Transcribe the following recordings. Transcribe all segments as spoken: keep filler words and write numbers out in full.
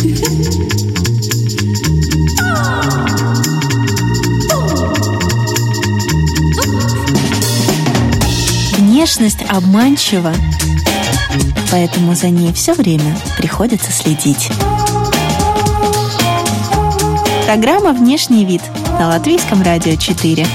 Внешность обманчива, поэтому за ней все время приходится следить. Программа «Внешний вид» на Латвийском радио четыре.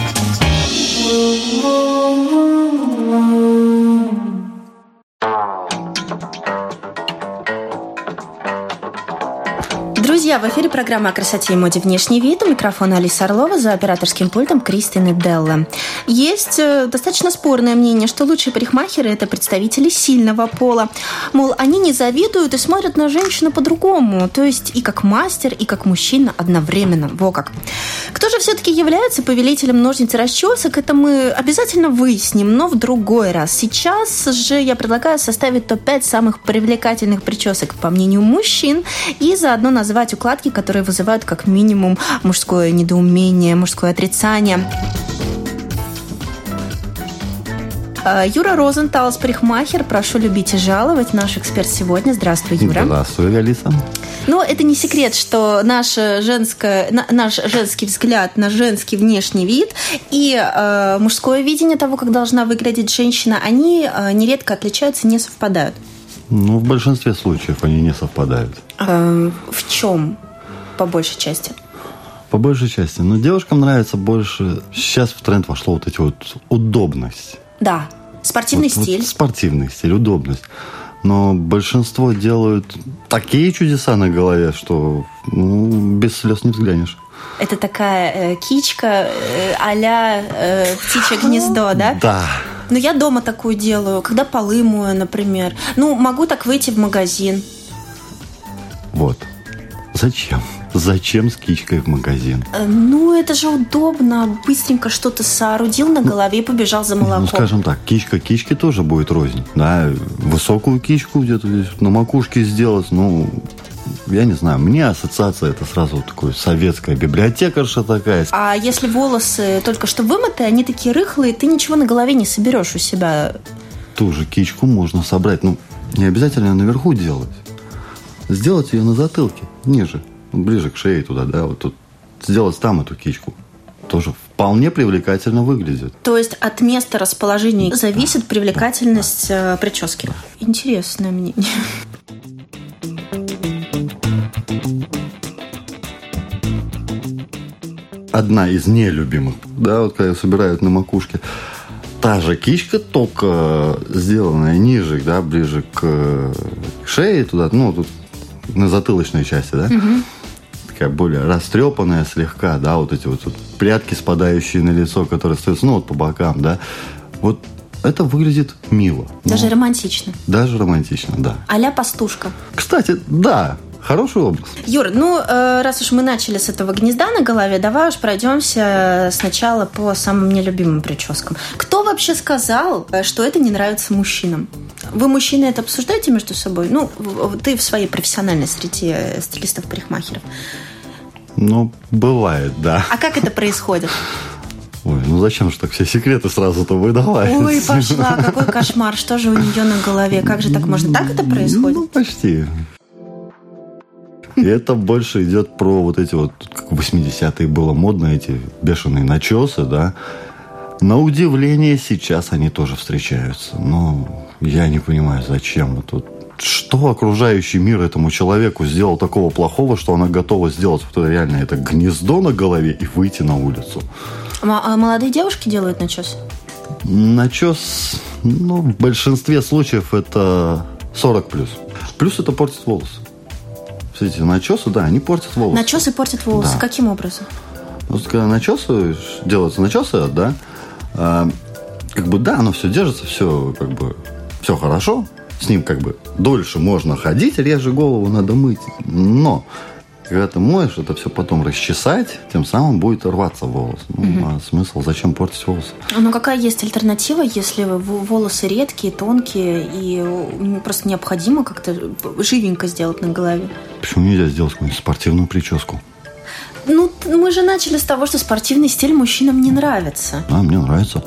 Друзья, в эфире программа о красоте и моде «Внешний вид». У микрофона Алиса Орлова, за операторским пультом Кристина Делла. Есть достаточно спорное мнение, что лучшие парикмахеры – это представители сильного пола. Мол, они не завидуют и смотрят на женщину по-другому. То есть и как мастер, и как мужчина одновременно. Во как. Кто же все-таки является повелителем ножниц и расчесок, это мы обязательно выясним, но в другой раз. Сейчас же я предлагаю составить топ пять самых привлекательных причесок, по мнению мужчин, и заодно назвать укладки, которые вызывают как минимум мужское недоумение, мужское отрицание. Юра Розенталс, парикмахер. Прошу любить и жаловать. Наш эксперт сегодня. Здравствуй, Юра. Здравствуй, Алиса. Ну, это не секрет, что наш, женское, наш женский взгляд на женский внешний вид и э, мужское видение того, как должна выглядеть женщина, они э, нередко отличаются, не совпадают. Ну, в большинстве случаев они не совпадают. Э, в чем, по большей части? По большей части. Ну, девушкам нравится больше... Сейчас в тренд вошло вот эти вот удобность. Да, спортивный вот, стиль. Вот спортивный стиль, удобность. Но большинство делают такие чудеса на голове, что ну, без слез не взглянешь. Это такая э, кичка э, а-ля э, птичье гнездо, да? Да. Но я дома такую делаю, когда полы мою, например. Ну, могу так выйти в магазин. Вот. Зачем? Зачем с кичкой в магазин? Ну, это же удобно. Быстренько что-то соорудил на голове и побежал за молоком. Ну, скажем так, кичка кички тоже будет рознь. Да, высокую кичку где-то здесь на макушке сделать, ну, я не знаю. Мне ассоциация это сразу такой советская библиотекарша такая. А если волосы только что вымытые, они такие рыхлые, ты ничего на голове не соберешь у себя. Ту же кичку можно собрать. Ну, не обязательно наверху делать. Сделать ее на затылке, ниже. Ближе к шее туда, да, вот тут сделать там эту кичку. Тоже вполне привлекательно выглядит. То есть от места расположения зависит привлекательность да, да. прически. Интересное мнение. Одна из нелюбимых, да, вот когда собирают на макушке. Та же кичка, только сделанная ниже, да, ближе к шее туда, ну, тут на затылочной части, да. Угу. Такая более растрепанная слегка, да, вот эти вот, вот прядки, спадающие на лицо, которые остаются, ну, вот по бокам, да. Вот это выглядит мило. Даже ну, романтично. Даже романтично, да. А-ля пастушка. Кстати, да, хороший образ. Юр, ну, раз уж мы начали с этого гнезда на голове, давай уж пройдемся сначала по самым нелюбимым прическам. Кто вообще сказал, что это не нравится мужчинам? Вы, мужчины, это обсуждаете между собой? Ну, ты в своей профессиональной среде стилистов-парикмахеров. Ну, бывает, да. А как это происходит? Ой, ну зачем же так все секреты сразу-то выдавать? Ой, пошла, какой кошмар, что же у нее на голове? Как же так можно? Так это происходит? Ну, почти. И это больше идет про вот эти вот, как в восьмидесятые было модно, эти бешеные начесы, да. На удивление, сейчас они тоже встречаются. Но я не понимаю, зачем это. Что окружающий мир этому человеку сделал такого плохого, что она готова сделать вот это, реально это гнездо на голове и выйти на улицу? А молодые девушки делают начес? Начес, ну, в большинстве случаев это сорок плюс. Плюс это портит волосы. Все эти начесы, да, они портят волосы. Начесы портят волосы. Да. Каким образом? Вот когда начесы, делаются начесы, да, а, как бы, да, оно все держится, все, как бы, все хорошо. С ним, как бы, дольше можно ходить, реже голову надо мыть. Но, когда ты моешь, это все потом расчесать, тем самым будет рваться волос. Ну, угу. А смысл, зачем портить волосы? Ну, какая есть альтернатива, если волосы редкие, тонкие, и просто необходимо как-то живенько сделать на голове? Почему нельзя сделать какую-нибудь спортивную прическу? Ну, мы же начали с того, что спортивный стиль мужчинам не нравится. А, мне нравится.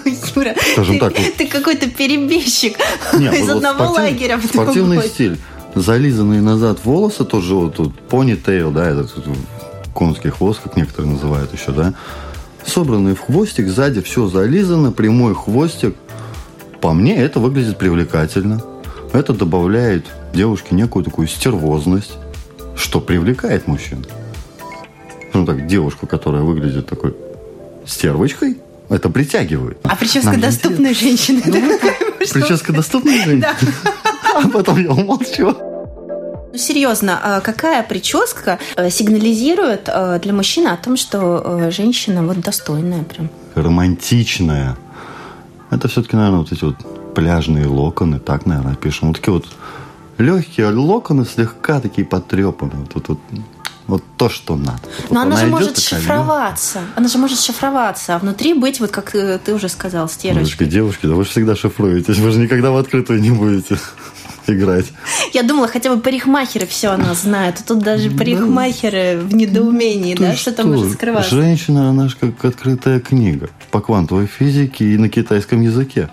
Юра, скажем ты, так, вот... ты какой-то перебежчик Нет, из вот одного спортив... лагеря в спортивный другой. стиль. зализанные назад волосы, тоже вот тут понитейл, да, этот конский хвост, как некоторые называют еще, да, собранные в хвостик, сзади все зализано, прямой хвостик. По мне, это выглядит привлекательно. Это добавляет девушке некую такую стервозность, что привлекает мужчин. Ну так, девушку, которая выглядит такой стервочкой, это притягивает. А прическа доступной женщины. Прическа доступной женщины? А потом я умолчу. Ну, серьезно, какая прическа сигнализирует для мужчины о том, что женщина вот достойная прям? Романтичная. Это все-таки, наверное, вот эти вот пляжные локоны, так, наверное, пишем. Вот такие вот легкие локоны, слегка такие потрепанные. Вот, вот, вот то, что надо. Вот Но она, она же может такая, шифроваться. Она же может шифроваться, а внутри быть, вот как ты уже сказал, стерочкой. Девушки, девушки, да вы же всегда шифруетесь. Вы же никогда в открытую не будете играть. Я думала, хотя бы парикмахеры все о нас знают. А тут даже парикмахеры в недоумении, да, что там может скрываться. Женщина, она же как открытая книга по квантовой физике и на китайском языке.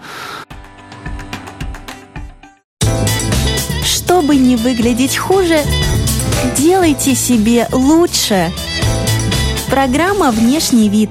Чтобы не выглядеть хуже, делайте себе лучше. Программа «Внешний вид».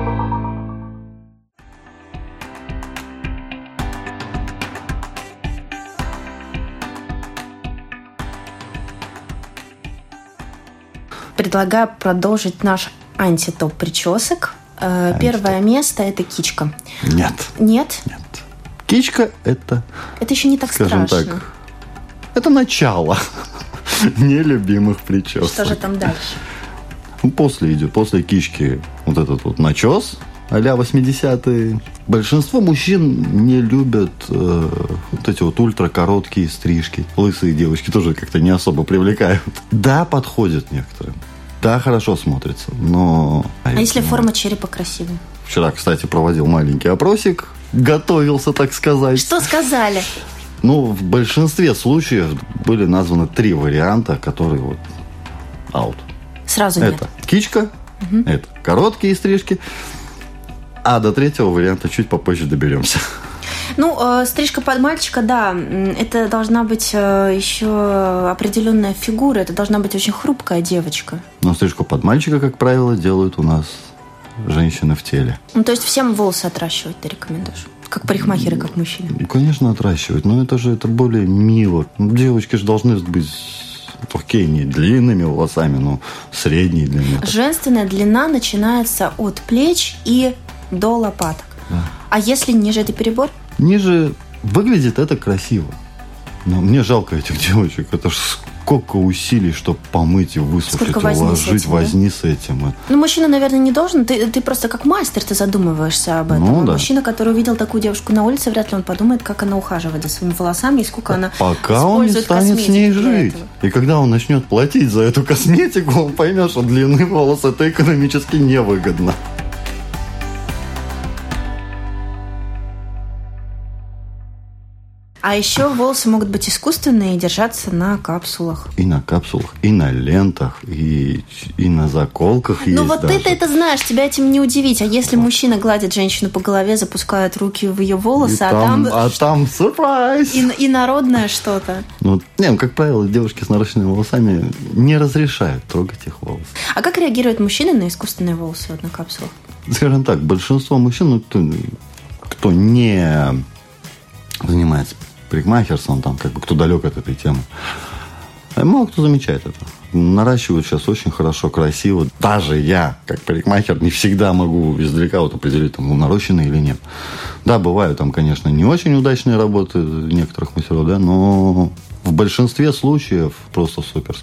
Предлагаю продолжить наш антитоп причесок. Антитоп. Первое место – это кичка. Нет. Нет? Нет. Кичка – это… Это еще не так скажем страшно. Так, это начало нелюбимых причесок. Что же там дальше? После идет, после кички вот этот вот начес а-ля восьмидесятые. Большинство мужчин не любят э, вот эти вот ультракороткие стрижки. Лысые девочки тоже как-то не особо привлекают. Да, подходят некоторым. Да, хорошо смотрится, но… А если форма черепа красивая? Вчера, кстати, проводил маленький опросик. Готовился, так сказать. Что сказали? Ну, в большинстве случаев были названы три варианта, которые вот аут. Сразу нет. Это кичка, угу. Это короткие стрижки, а до третьего варианта чуть попозже доберемся. Ну, э, стрижка под мальчика, да, это должна быть э, еще определенная фигура, это должна быть очень хрупкая девочка. Но стрижку под мальчика, как правило, делают у нас женщины в теле. Ну, то есть всем волосы отращивать ты рекомендуешь? Как парикмахеры, как мужчины? Ну, конечно, отращивать, но это же это более мило. Ну, девочки же должны быть… Окей, не длинными волосами, но средней длины. Женственная длина начинается от плеч и до лопаток. Да. А если ниже, это перебор? Ниже выглядит это красиво. Но мне жалко этих девочек. Это ж сколько усилий, чтобы помыть и высушить, уложить, возни с этим. Ну, мужчина, наверное, не должен. Ты, ты просто как мастер, ты задумываешься об этом. Ну, да. Мужчина, который увидел такую девушку на улице, вряд ли он подумает, как она ухаживает за своими волосами и сколько она Пока он не станет с ней жить. Этого. И когда он начнет платить за эту косметику, он поймет, что длинные волосы это экономически невыгодно. А еще волосы могут быть искусственные и держаться на капсулах. И на капсулах, и на лентах, и, и на заколках. Ну вот даже. ты-то это знаешь, тебя этим не удивить. А если мужчина гладит женщину по голове, запускает руки в ее волосы, и а там... там... А там сюрприз! И, и народное что-то. Ну, не, ну, как правило, девушки с наращенными волосами не разрешают трогать их волосы. А как реагируют мужчины на искусственные волосы вот на капсулах? Скажем так, большинство мужчин, ну, кто, кто не занимается парикмахерством, там, как бы, кто далек от этой темы, мало кто замечает это. Наращивают сейчас очень хорошо, красиво. Даже я, как парикмахер, не всегда могу издалека вот определить, там, нарощенный или нет. Да, бывают там, конечно, не очень удачные работы некоторых мастеров, да, но в большинстве случаев просто супер.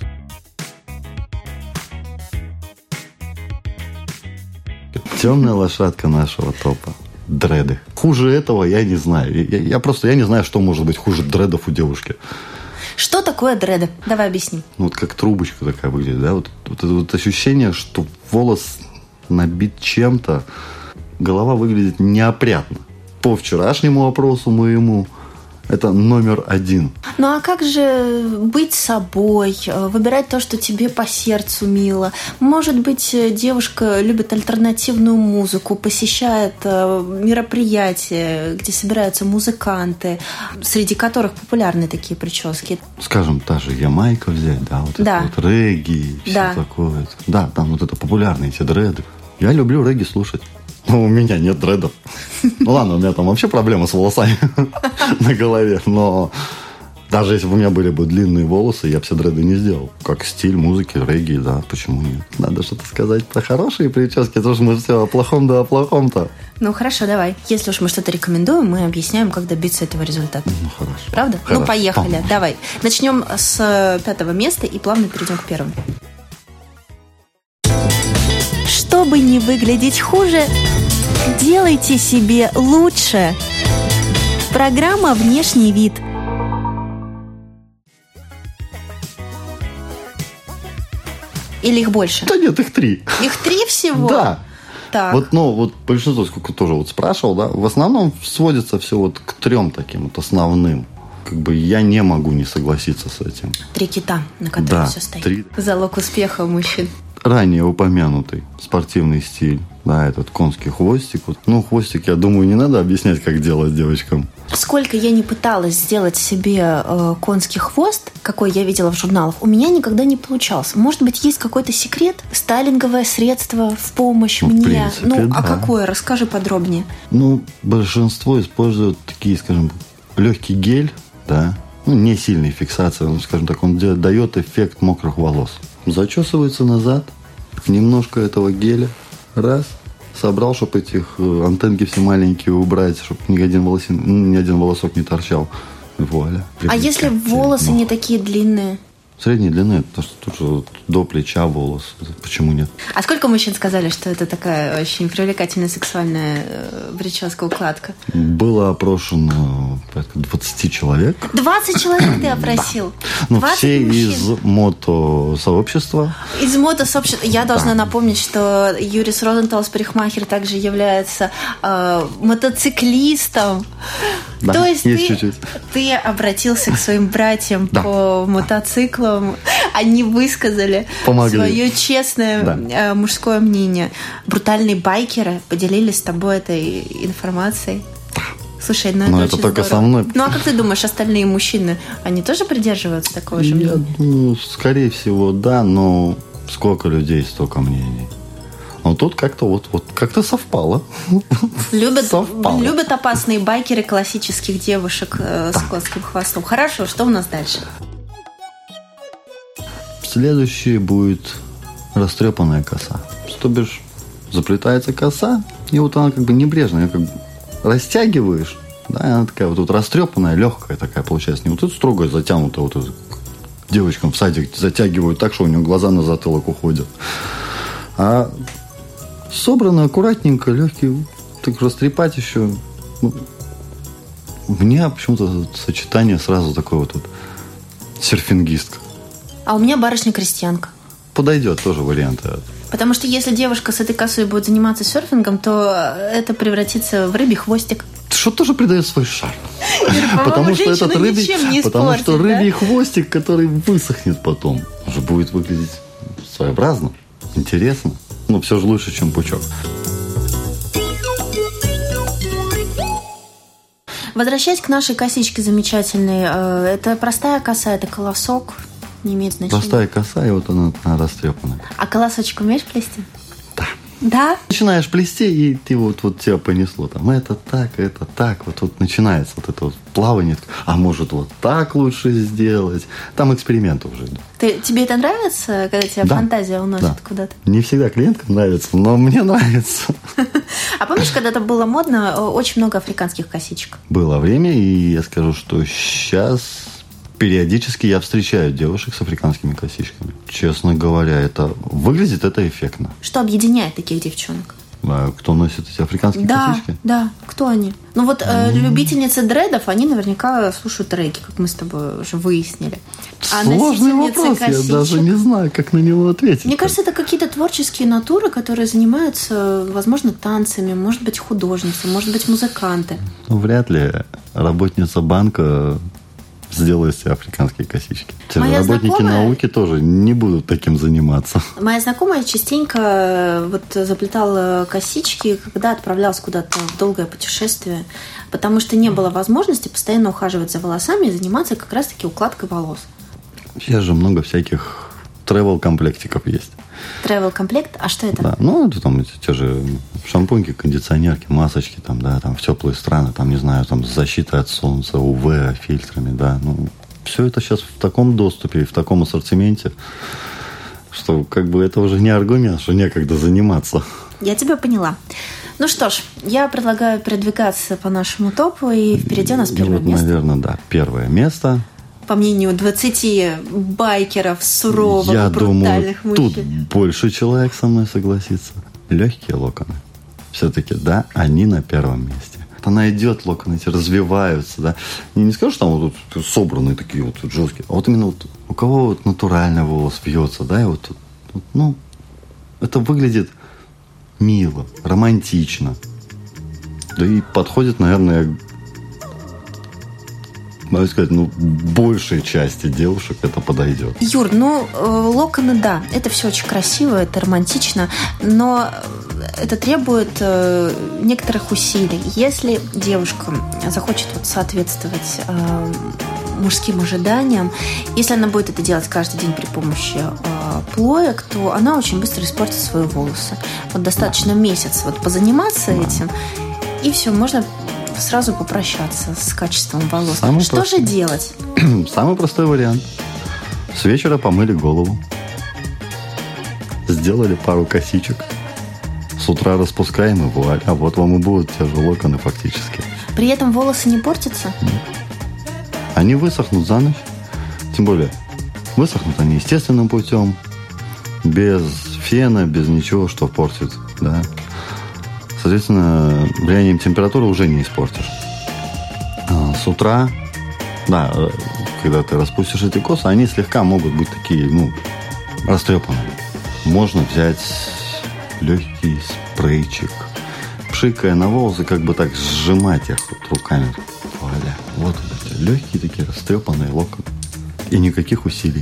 Темная лошадка нашего топа. Дреды. Хуже этого я не знаю. Я, я просто я не знаю, что может быть хуже дредов у девушки. Что такое дреды? Давай объясним. Ну, вот как трубочка такая выглядит, да? Вот, вот это вот ощущение, что волос набит чем-то. Голова выглядит неопрятно. По вчерашнему опросу моему Это номер один. Ну а как же быть собой, выбирать то, что тебе по сердцу мило? Может быть, девушка любит альтернативную музыку, посещает мероприятия, где собираются музыканты, среди которых популярны такие прически. Скажем, та же Ямайка взять, да, вот да. это вот регги, да. все такое. Да, там вот это популярные эти дреды. Я люблю регги слушать. Ну, у меня нет дредов. Ну, ладно, у меня там вообще проблема с волосами на голове. Но даже если бы у меня были бы длинные волосы, я бы все дреды не сделал. Как стиль музыки, регги, да, почему нет? Надо что-то сказать про хорошие прически, потому что мы все о плохом, да о плохом-то. Ну, хорошо, давай. Если уж мы что-то рекомендуем, мы объясняем, как добиться этого результата. Ну, хорошо. Правда? Хорошо. Ну, поехали. Поможем. Давай. Начнем с пятого места и плавно перейдем к первому. Чтобы не выглядеть хуже, делайте себе лучше. Программа «Внешний вид». Или их больше? Да нет, их три. Их три всего? Да. Так. Вот, ну, вот большинство, сколько тоже вот спрашивал, да, в основном сводится все вот к трем таким вот основным. Как бы я не могу не согласиться с этим. Три кита, на которых да, все стоит. Три... Залог успеха у мужчин. Ранее упомянутый спортивный стиль, да, этот конский хвостик. Вот. Ну, хвостик, я думаю, не надо объяснять, как делать девочкам. Сколько я не пыталась сделать себе э, конский хвост, какой я видела в журналах, у меня никогда не получался. Может быть, есть какой-то секрет? Стайлинговое средство в помощь ну, мне? В принципе, ну, да. а какое? Расскажи подробнее. Ну, большинство используют такие, скажем, легкий гель, да, ну, не сильной фиксации, ну, скажем так, он дает эффект мокрых волос. Зачесывается назад, немножко этого геля, раз, собрал, чтобы этих антенки все маленькие убрать, чтобы ни один, волосин, ни один волосок не торчал. Вуаля. А если волосы не такие длинные? Средней длины, потому что тут же вот до плеча волос. Почему нет? А сколько мужчин сказали, что это такая очень привлекательная сексуальная прическа, укладка? Было опрошено порядка двадцать человек. двадцать человек ты опросил? Ну, все мужчин. Из мотосообщества. Из мотосообщества. Я должна да. напомнить, что Юрис Розенталс, парикмахер, также является э, мотоциклистом. Да, То есть, есть ты, чуть-чуть. ты обратился к своим братьям да. по мотоциклу. Они высказали Помогли. свое честное да. мужское мнение. Брутальные байкеры поделились с тобой этой информацией. Слушай, ну это, Но очень это только здорово. со мной. Ну а как ты думаешь, остальные мужчины, они тоже придерживаются такого же Я мнения? думаю, скорее всего, да, но сколько людей, столько мнений. Но тут как-то вот, вот как-то совпало. Любят, совпало. любят опасные байкеры классических девушек э, с конским хвостом. Хорошо, что у нас дальше? Следующее будет растрепанная коса. То бишь, заплетается коса, и вот она как бы небрежная, ее как бы растягиваешь, да, и она такая вот, вот растрепанная, легкая такая получается. Не вот тут строгая, затянутая, вот это, девочкам в садик затягивают так, что у нее глаза на затылок уходят. А собрано аккуратненько, легкий, так растрепать еще. Ну, у меня почему-то сочетание сразу такое вот, вот серфингистка. А у меня барышня-крестьянка. Подойдет тоже варианты. Потому что если девушка с этой косой будет заниматься серфингом, то это превратится в рыбий хвостик. Что тоже придает свой шарм. Потому что этот рыбий, потому что рыбий хвостик, который высохнет потом, уже будет выглядеть своеобразно, интересно. Но все же лучше, чем пучок. Возвращаясь к нашей косичке замечательной, это простая коса, это колосок. Не имеет значения. Простая коса, и вот она, она растрепанная. А колосочек умеешь плести? Да. Да? Начинаешь плести, и ты вот, вот тебя понесло. Там это так, это так. Вот, вот начинается вот это вот плавание. А может вот так лучше сделать? Там эксперименты уже идут. Ты, тебе это нравится, когда тебя да. фантазия уносит да. куда-то? Не всегда клиенткам нравится, но мне нравится. А помнишь, когда-то было модно, очень много африканских косичек? Было время, и я скажу, что сейчас... Периодически я встречаю девушек с африканскими косичками. Честно говоря, это выглядит это эффектно. Что объединяет таких девчонок? А кто носит эти африканские да, косички? Да, кто они? Ну вот э, любительницы дредов, они наверняка слушают регги, как мы с тобой уже выяснили. А сложный вопрос, косичек, я даже не знаю, как на него ответить. Мне кажется, это какие-то творческие натуры, которые занимаются, возможно, танцами, может быть, художницы, может быть, музыканты. Ну, вряд ли работница банка сделает себе африканские косички. Моя работники знакомая... науки тоже не будут таким заниматься. Моя знакомая частенько вот заплетала косички, когда отправлялась куда-то в долгое путешествие, потому что не было возможности постоянно ухаживать за волосами и заниматься как раз-таки укладкой волос. Сейчас же много всяких тревел-комплектиков есть. Тревел-комплект? А что это? Да, ну, это там эти, те же шампуньки, кондиционерки, масочки, там, да, там в теплые страны, там, не знаю, там с защитой от солнца, УВ, фильтрами, да. Ну, все это сейчас в таком доступе и в таком ассортименте, что как бы это уже не аргумент, что некогда заниматься. Я тебя поняла. Ну что ж, я предлагаю передвигаться по нашему топу, и впереди у нас первое вот, место. Наверное, да, первое место. По мнению двадцати байкеров, суровых, я брутальных думаю, мужчин. Тут больше человек со мной согласится. Легкие локоны. Все-таки, да, они на первом месте. Она идет, локоны эти развиваются, да. Не, не скажу, что там вот тут собранные такие вот тут жесткие, а вот именно вот у кого вот натуральный волос вьется, да, и вот, вот ну, это выглядит мило, романтично. Да и подходит, наверное, могу сказать, ну, большей части девушек это подойдет. Юр, ну, локоны, да, это все очень красиво, это романтично, но это требует э, некоторых усилий. Если девушка захочет вот соответствовать э, мужским ожиданиям, если она будет это делать каждый день при помощи э, плоек, то она очень быстро испортит свои волосы. Вот достаточно месяц вот позаниматься да. этим, и все, можно сразу попрощаться с качеством волос. Самый Что простой. же делать? Самый простой вариант. С вечера помыли голову. Сделали пару косичек. С утра распускаем и вуаль. А вот вам и будут те же локоны фактически. При этом волосы не портятся? Нет. Они высохнут за ночь. Тем более, высохнут они естественным путем. Без фена, без ничего, что портит. Да. Соответственно, влиянием температуры уже не испортишь. С утра, да, когда ты распустишь эти косы, они слегка могут быть такие, ну, растрепанные. Можно взять легкий спрейчик, пшикая на волосы, как бы так сжимать их вот руками. Вуаля. Вот эти легкие такие растрепанные локоны. И никаких усилий.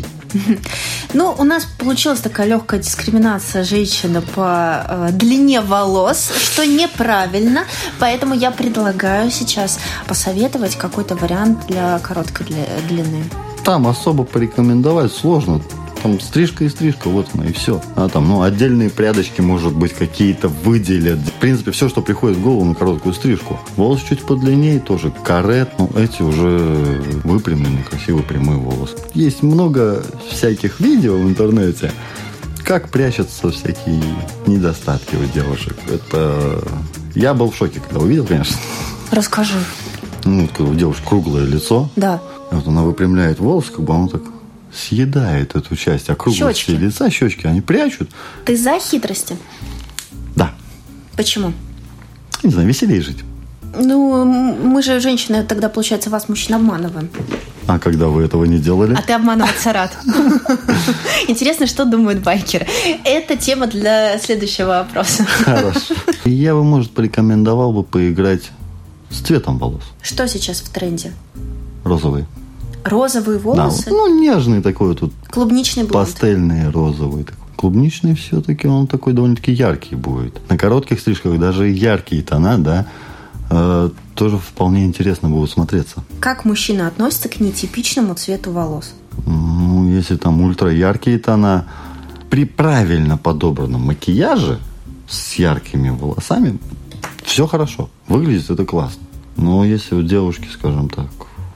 Ну, у нас получилась такая легкая дискриминация женщины по э, длине волос, что неправильно. Поэтому я предлагаю сейчас посоветовать какой-то вариант для короткой длины. Там особо порекомендовать сложно. Там стрижка и стрижка, вот она и все. А там, ну, отдельные прядочки, может быть, какие-то выделят. В принципе, все, что приходит в голову на короткую стрижку. Волос чуть подлиннее, тоже карет, ну, эти уже выпрямленные, красивые прямые волосы. Есть много всяких видео в интернете, как прячутся всякие недостатки у девушек. Это... Я был в шоке, когда увидел, конечно. Расскажи. Ну, когда у девушки круглое лицо. Да. Вот она выпрямляет волосы, как бы оно так... съедает эту часть округлости лица, щечки, они прячут. Ты за хитрости? Да. Почему? Не знаю, веселее жить. Ну, мы же, женщины, тогда, получается, вас, мужчин, обманываем. А когда вы этого не делали? А ты обманываться рад. Интересно, что думают байкеры. Это тема для следующего вопроса. Хорошо. Я бы, может, порекомендовал бы поиграть с цветом волос. Что сейчас в тренде? Розовый. Розовые волосы? Да, ну, нежный такой тут. Клубничный блонд. Пастельный розовый такой. Клубничный все-таки, он такой довольно-таки яркий будет. На коротких стрижках даже яркие тона, да, э, тоже вполне интересно будут смотреться. Как мужчина относится к нетипичному цвету волос? Ну, если там ультра яркие тона, при правильно подобранном макияже с яркими волосами все хорошо. Выглядит это классно. Но если у девушки, скажем так,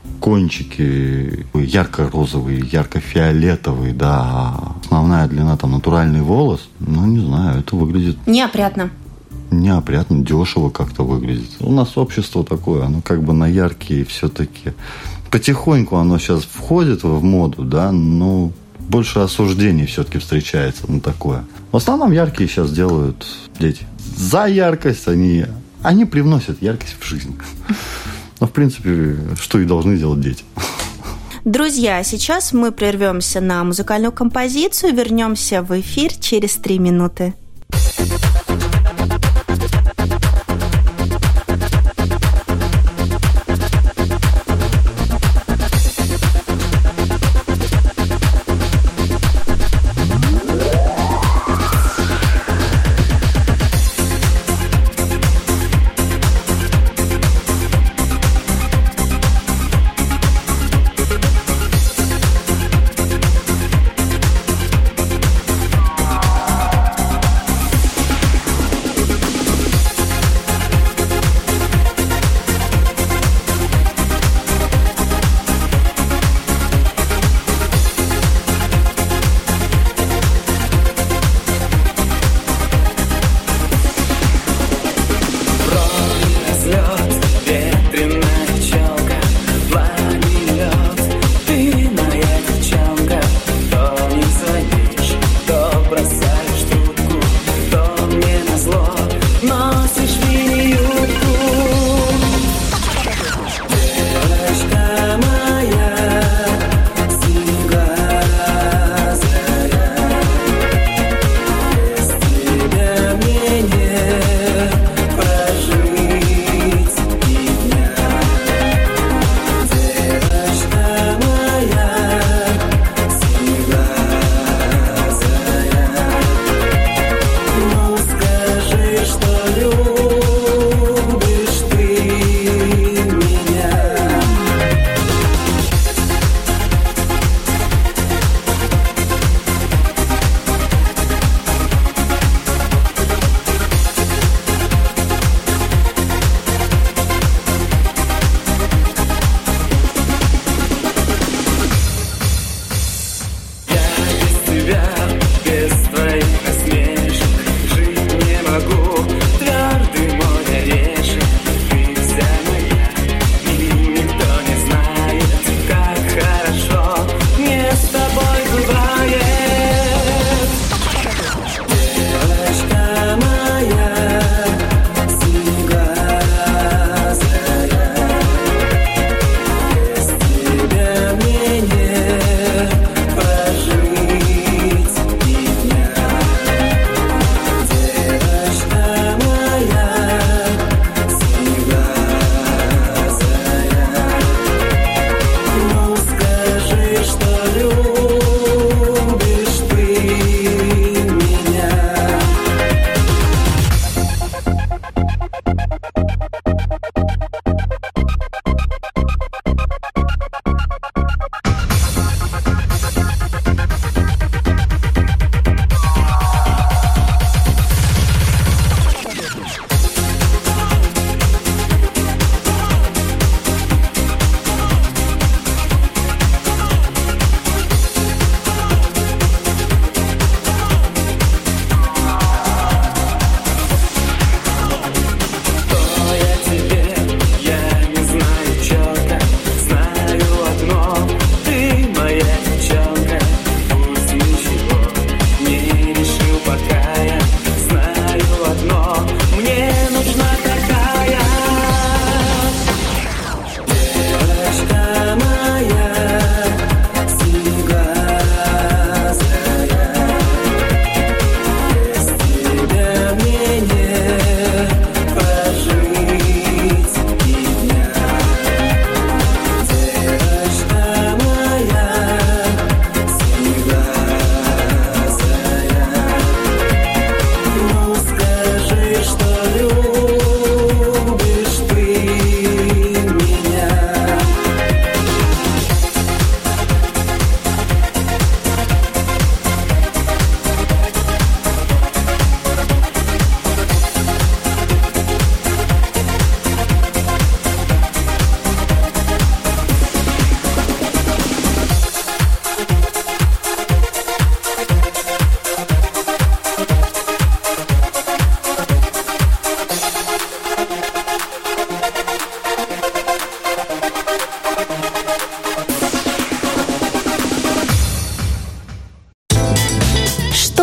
кончики ярко-розовые, ярко-фиолетовые, да, основная длина там натуральный волос, ну, не знаю, это выглядит... Неопрятно. Неопрятно, дешево как-то выглядит. У нас общество такое, оно как бы на яркие все-таки... Потихоньку оно сейчас входит в моду, да, но больше осуждений все-таки встречается на такое. В основном яркие сейчас делают дети. За яркость они, они привносят яркость в жизнь. Но, в принципе, что и должны делать дети. Друзья, сейчас мы прервемся на музыкальную композицию, вернемся в эфир через три минуты.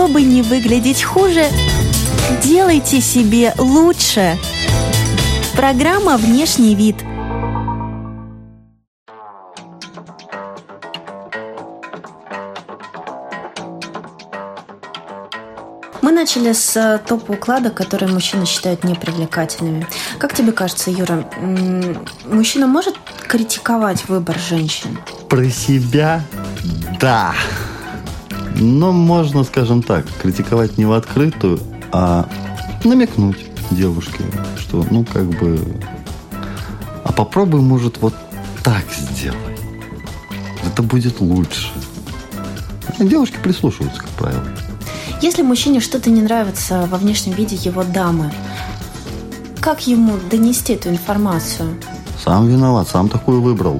чтобы не выглядеть хуже, делайте себе лучше. Программа «Внешний вид». Мы начали с топа укладок, которые мужчины считают непривлекательными. Как тебе кажется, Юра, мужчина может критиковать выбор женщин? Про себя – да. Но можно, скажем так, критиковать не в открытую, а намекнуть девушке, что, ну, как бы, а попробуй, может, вот так сделай. Это будет лучше. А девушки прислушиваются, как правило. Если мужчине что-то не нравится во внешнем виде его дамы, как ему донести эту информацию? Сам виноват, сам такую выбрал.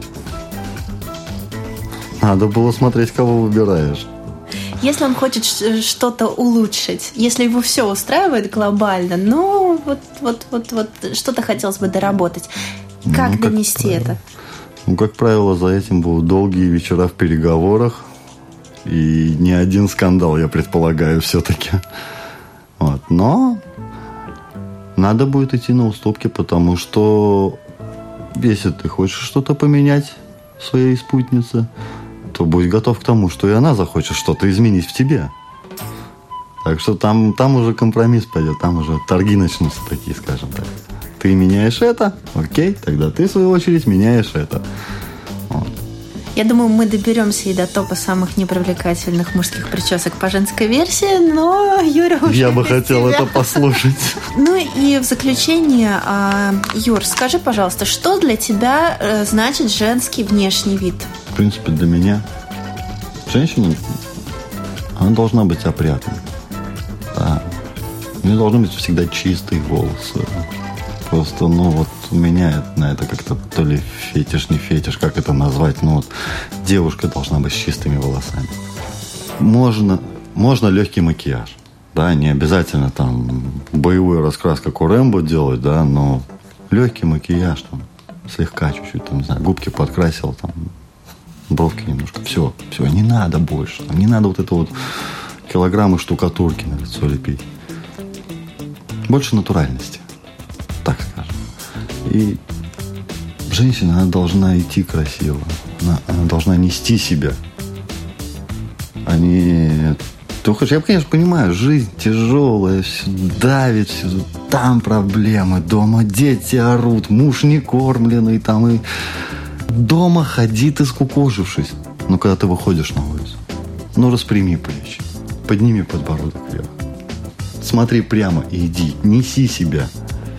Надо было смотреть, кого выбираешь. Если он хочет что-то улучшить, если его все устраивает глобально, но вот, вот, вот, вот что-то хотелось бы доработать, как ну, донести как это? Ну, как правило, за этим будут долгие вечера в переговорах. И не один скандал, я предполагаю, все-таки. Вот. Но надо будет идти на уступки, потому что если ты хочешь что-то поменять в своей спутнице, то будь готов к тому, что и она захочет что-то изменить в тебе. Так что там, там уже компромисс пойдет, там уже торги начнутся такие, скажем так. Ты меняешь это, окей, тогда ты, в свою очередь, меняешь это. Вот. Я думаю, мы доберемся и до топа самых непривлекательных мужских причесок по женской версии, но Юра уже... Я бы хотел тебя. это послушать. Ну и в заключение, Юр, скажи, пожалуйста, что для тебя значит женский внешний вид? В принципе, для меня женщина, она должна быть опрятной. Да. У нее должны быть всегда чистые волосы. Просто, ну, вот у меня на это как-то то ли фетиш, не фетиш, как это назвать. Ну, вот девушка должна быть с чистыми волосами. Можно, можно легкий макияж. Да, не обязательно там боевую раскрас, как у Рэмбо делать, да, но легкий макияж, там, слегка чуть-чуть, там, не знаю, губки подкрасил, там, бровки немножко. Все, все, не надо больше. Не надо вот это вот килограммы штукатурки на лицо лепить. Больше натуральности. Так скажем. И женщина, она должна идти красиво. Она, она должна нести себя. А не... Я, конечно, понимаю, жизнь тяжелая, все давит, все, там проблемы, дома дети орут, муж не кормленный, там и дома ходи ты скукожившись. Но когда ты выходишь на улицу, ну распрями плечи, подними подбородок вверх, смотри прямо и иди, неси себя.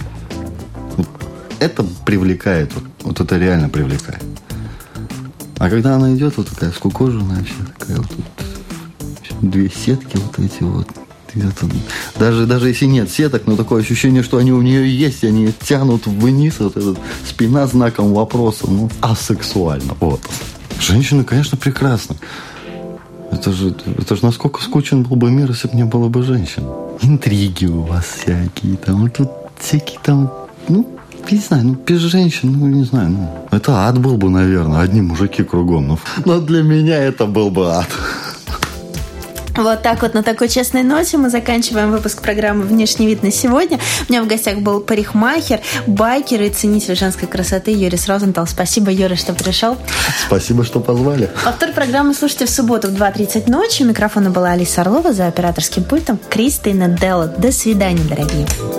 Это привлекает, вот, вот это реально привлекает. А когда она идет, вот такая скукоженная, вся такая вот тут, две сетки вот эти вот. Даже, даже если нет сеток, но такое ощущение, что они у нее есть, и они тянут вниз, вот эта спина знаком вопроса, ну, асексуально, вот. Женщина, конечно, прекрасна. Это же, это же насколько скучен был бы мир, если бы не было бы женщин. Интриги у вас всякие, там, вот тут всякие там, ну, не знаю, ну, без женщин, ну, не знаю, ну, это ад был бы, наверное, одни мужики кругом, но, но для меня это был бы ад. Вот так вот, на такой честной ноте мы заканчиваем выпуск программы «Внешний вид» на сегодня. У меня в гостях был парикмахер, байкер и ценитель женской красоты Юрис Розентал. Спасибо, Юра, что пришел. Спасибо, что позвали. Повтор программы слушайте в субботу в два тридцать ночи. У микрофона была Алиса Орлова, за операторским пультом Кристина Делла. До свидания, дорогие.